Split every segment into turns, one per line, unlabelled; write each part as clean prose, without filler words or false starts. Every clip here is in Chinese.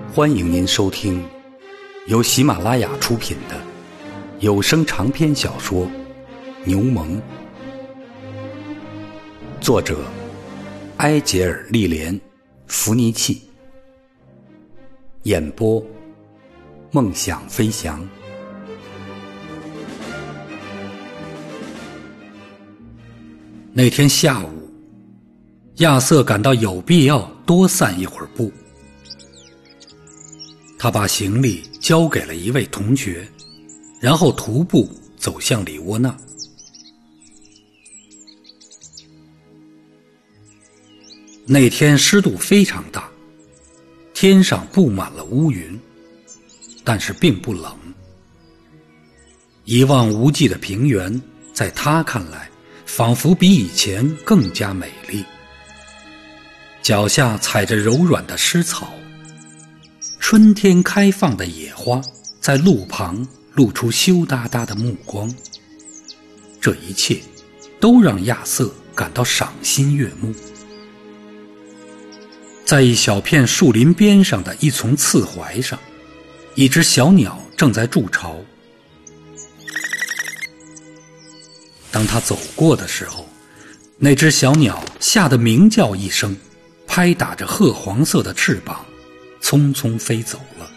欢迎您收听由喜马拉雅出品的有声长篇小说《牛虻》，作者埃杰尔·利莲·弗尼契，演播梦想飞翔。那天下午，亚瑟感到有必要多散一会儿步。他把行李交给了一位同学，然后徒步走向里窝那。那天湿度非常大，天上布满了乌云，但是并不冷。一望无际的平原在他看来仿佛比以前更加美丽，脚下踩着柔软的湿草，春天开放的野花在路旁露出羞答答的目光，这一切都让亚瑟感到赏心悦目。在一小片树林边上的一丛刺槐上，一只小鸟正在筑巢。当他走过的时候，那只小鸟吓得鸣叫一声，拍打着褐黄色的翅膀，匆匆飞走了。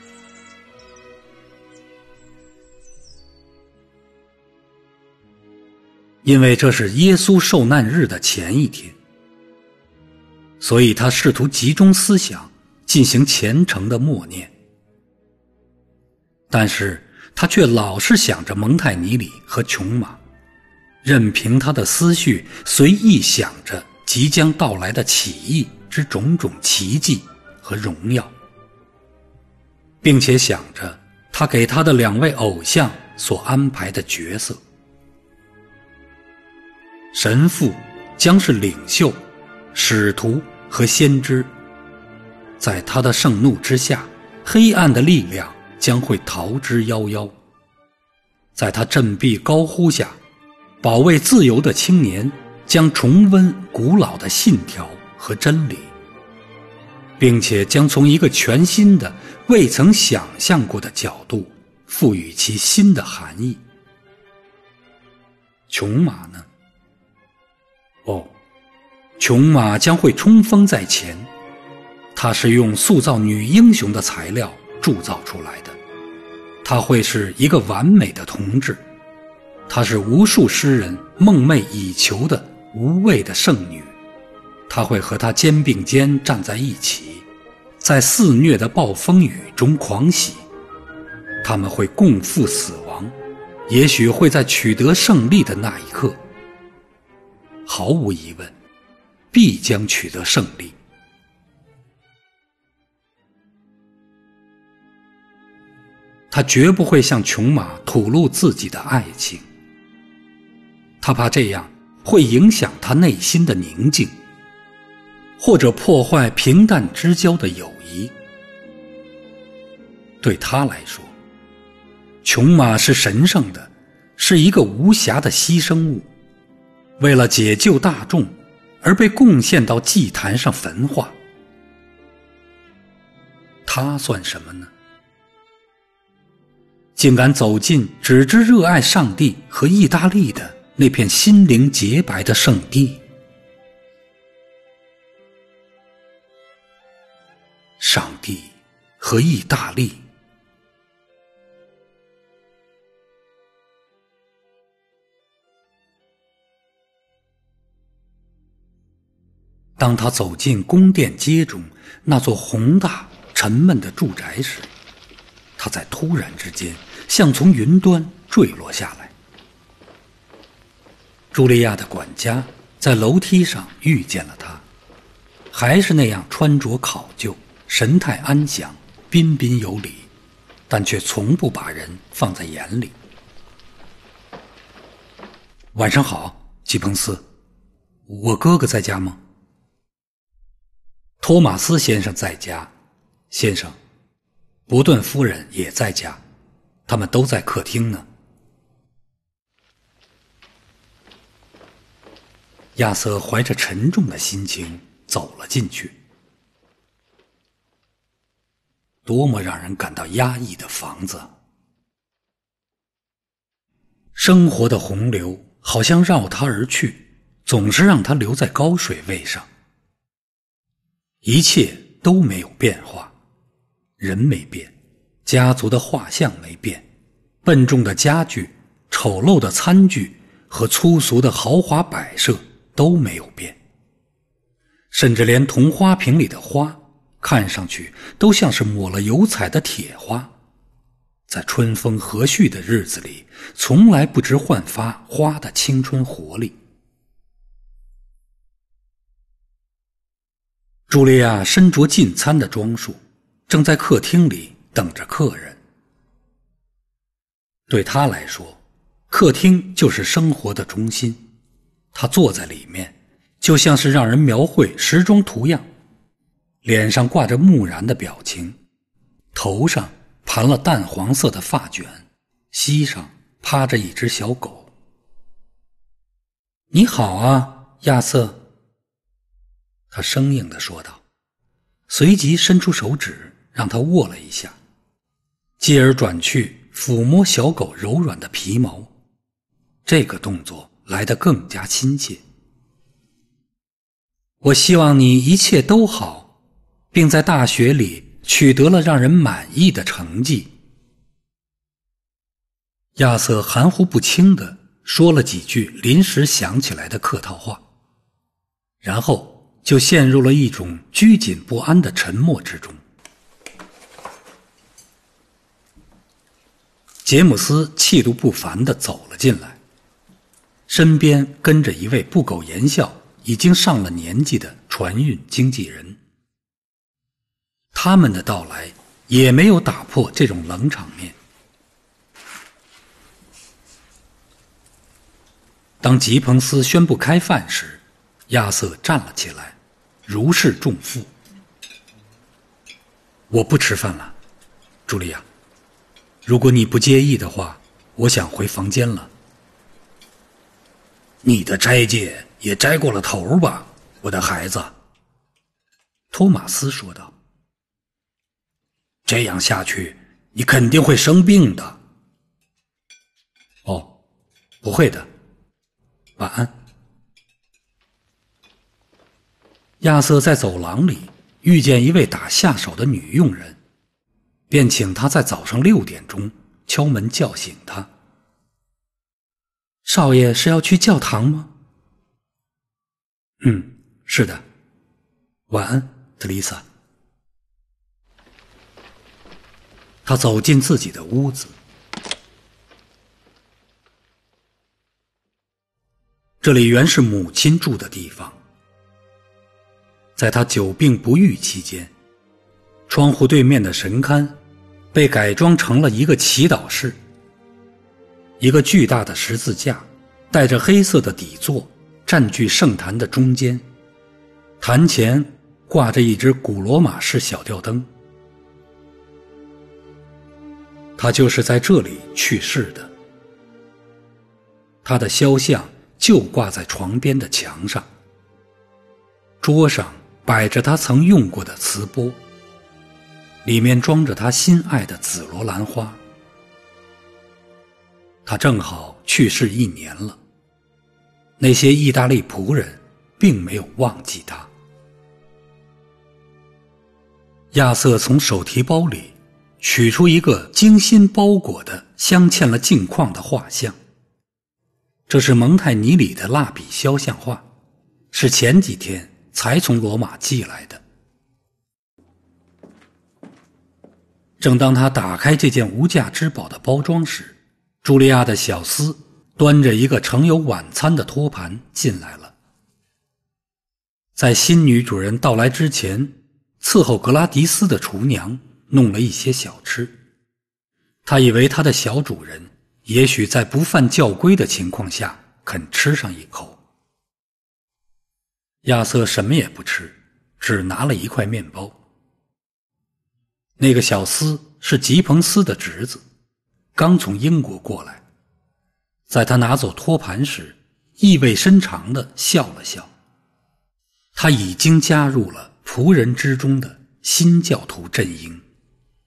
因为这是耶稣受难日的前一天，所以他试图集中思想，进行虔诚的默念。但是他却老是想着蒙泰尼里和琼玛，任凭他的思绪随意想着即将到来的起义之种种奇迹和荣耀，并且想着他给他的两位偶像所安排的角色。神父将是领袖、使徒和先知，在他的盛怒之下，黑暗的力量将会逃之夭夭。在他振臂高呼下，保卫自由的青年将重温古老的信条和真理，并且将从一个全新的、未曾想象过的角度赋予其新的含义。琼玛呢？琼玛将会冲锋在前，她是用塑造女英雄的材料铸造出来的，她会是一个完美的同志，她是无数诗人梦寐以求的无畏的圣女，她会和她肩并肩站在一起，在肆虐的暴风雨中狂喜，他们会共赴死亡，也许会在取得胜利的那一刻，毫无疑问必将取得胜利。他绝不会向琼玛吐露自己的爱情，他怕这样会影响他内心的宁静，或者破坏平淡之交的友谊。对他来说，琼玛是神圣的，是一个无瑕的牺牲物，为了解救大众而被贡献到祭坛上焚化。他算什么呢？竟敢走进只知热爱上帝和意大利的那片心灵洁白的圣地。上帝和意大利。当他走进宫殿街中那座宏大沉闷的住宅时，他在突然之间像从云端坠落下来。茱莉亚的管家在楼梯上遇见了他，还是那样穿着考究，神态安详，彬彬有礼，但却从不把人放在眼里。晚上好，吉彭斯，我哥哥在家吗？托马斯先生在家，先生，伯顿夫人也在家，他们都在客厅呢。亚瑟怀着沉重的心情走了进去。 多么让人感到压抑的房子！生活的洪流好像绕他而去，总是让他留在高水位上。一切都没有变化，人没变，家族的画像没变，笨重的家具、丑陋的餐具和粗俗的豪华摆设都没有变，甚至连铜花瓶里的花看上去都像是抹了油彩的铁花，在春风和煦的日子里从来不知焕发花的青春活力。茱莉亚身着进餐的装束，正在客厅里等着客人。对她来说，客厅就是生活的中心，她坐在里面，就像是让人描绘时装图样，脸上挂着木然的表情，头上盘了淡黄色的发卷，膝上趴着一只小狗。你好啊，亚瑟，他生硬地说道，随即伸出手指让他握了一下，继而转去抚摸小狗柔软的皮毛，这个动作来得更加亲切。我希望你一切都好，并在大学里取得了让人满意的成绩。亚瑟含糊不清地说了几句临时想起来的客套话，然后就陷入了一种拘谨不安的沉默之中。杰姆斯气度不凡地走了进来，身边跟着一位不苟言笑、已经上了年纪的船运经纪人。他们的到来也没有打破这种冷场面。当吉彭斯宣布开饭时，亚瑟站了起来，如释重负。我不吃饭了，茱莉亚，如果你不介意的话，我想回房间了。你的斋戒也斋过了头吧，我的孩子，托马斯说道。这样下去，你肯定会生病的。哦，不会的，晚安。亚瑟在走廊里遇见一位打下手的女佣人，便请她在早上6点钟敲门叫醒他。少爷是要去教堂吗？是的。晚安，特丽莎。他走进自己的屋子，这里原是母亲住的地方。在他久病不愈期间，窗户对面的神龛被改装成了一个祈祷室，一个巨大的十字架带着黑色的底座占据圣坛的中间，坛前挂着一只古罗马式小吊灯。他就是在这里去世的，他的肖像就挂在床边的墙上，桌上摆着他曾用过的瓷钵，里面装着他心爱的紫罗兰花。他正好去世1年了，那些意大利仆人并没有忘记他。亚瑟从手提包里取出一个精心包裹的镶嵌了镜框的画像，这是蒙泰尼里的蜡笔肖像画，是前几天才从罗马寄来的。正当他打开这件无价之宝的包装时，茱莉亚的小厮端着一个盛有晚餐的托盘进来了。在新女主人到来之前，伺候格拉迪斯的厨娘弄了一些小吃，他以为他的小主人也许在不犯教规的情况下肯吃上一口。亚瑟什么也不吃，只拿了一块面包。那个小厮是吉彭斯的侄子，刚从英国过来。在他拿走托盘时，意味深长地笑了笑。他已经加入了仆人之中的新教徒阵营。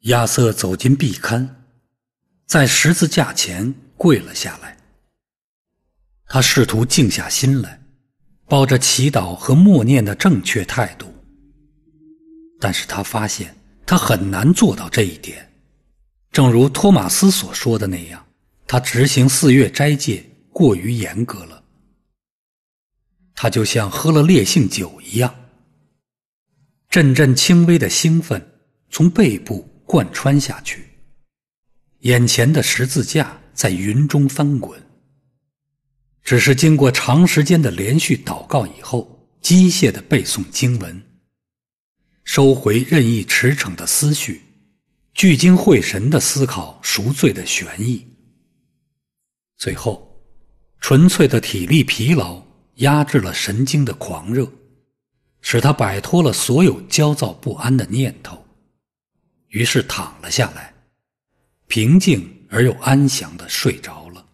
亚瑟走进壁龛，在十字架前跪了下来。他试图静下心来，抱着祈祷和默念的正确态度，但是他发现他很难做到这一点。正如托马斯所说的那样，他执行4月斋戒过于严格了。他就像喝了烈性酒一样，阵阵轻微的兴奋从背部贯穿下去，眼前的十字架在云中翻滚。只是经过长时间的连续祷告以后，机械地背诵经文，收回任意驰骋的思绪，聚精会神地思考赎罪的玄意。最后，纯粹的体力疲劳压制了神经的狂热，使他摆脱了所有焦躁不安的念头，于是躺了下来，平静而又安详地睡着了。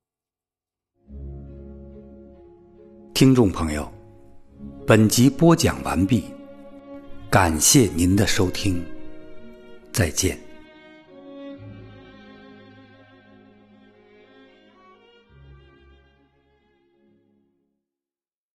听众朋友，本集播讲完毕，感谢您的收听，再见。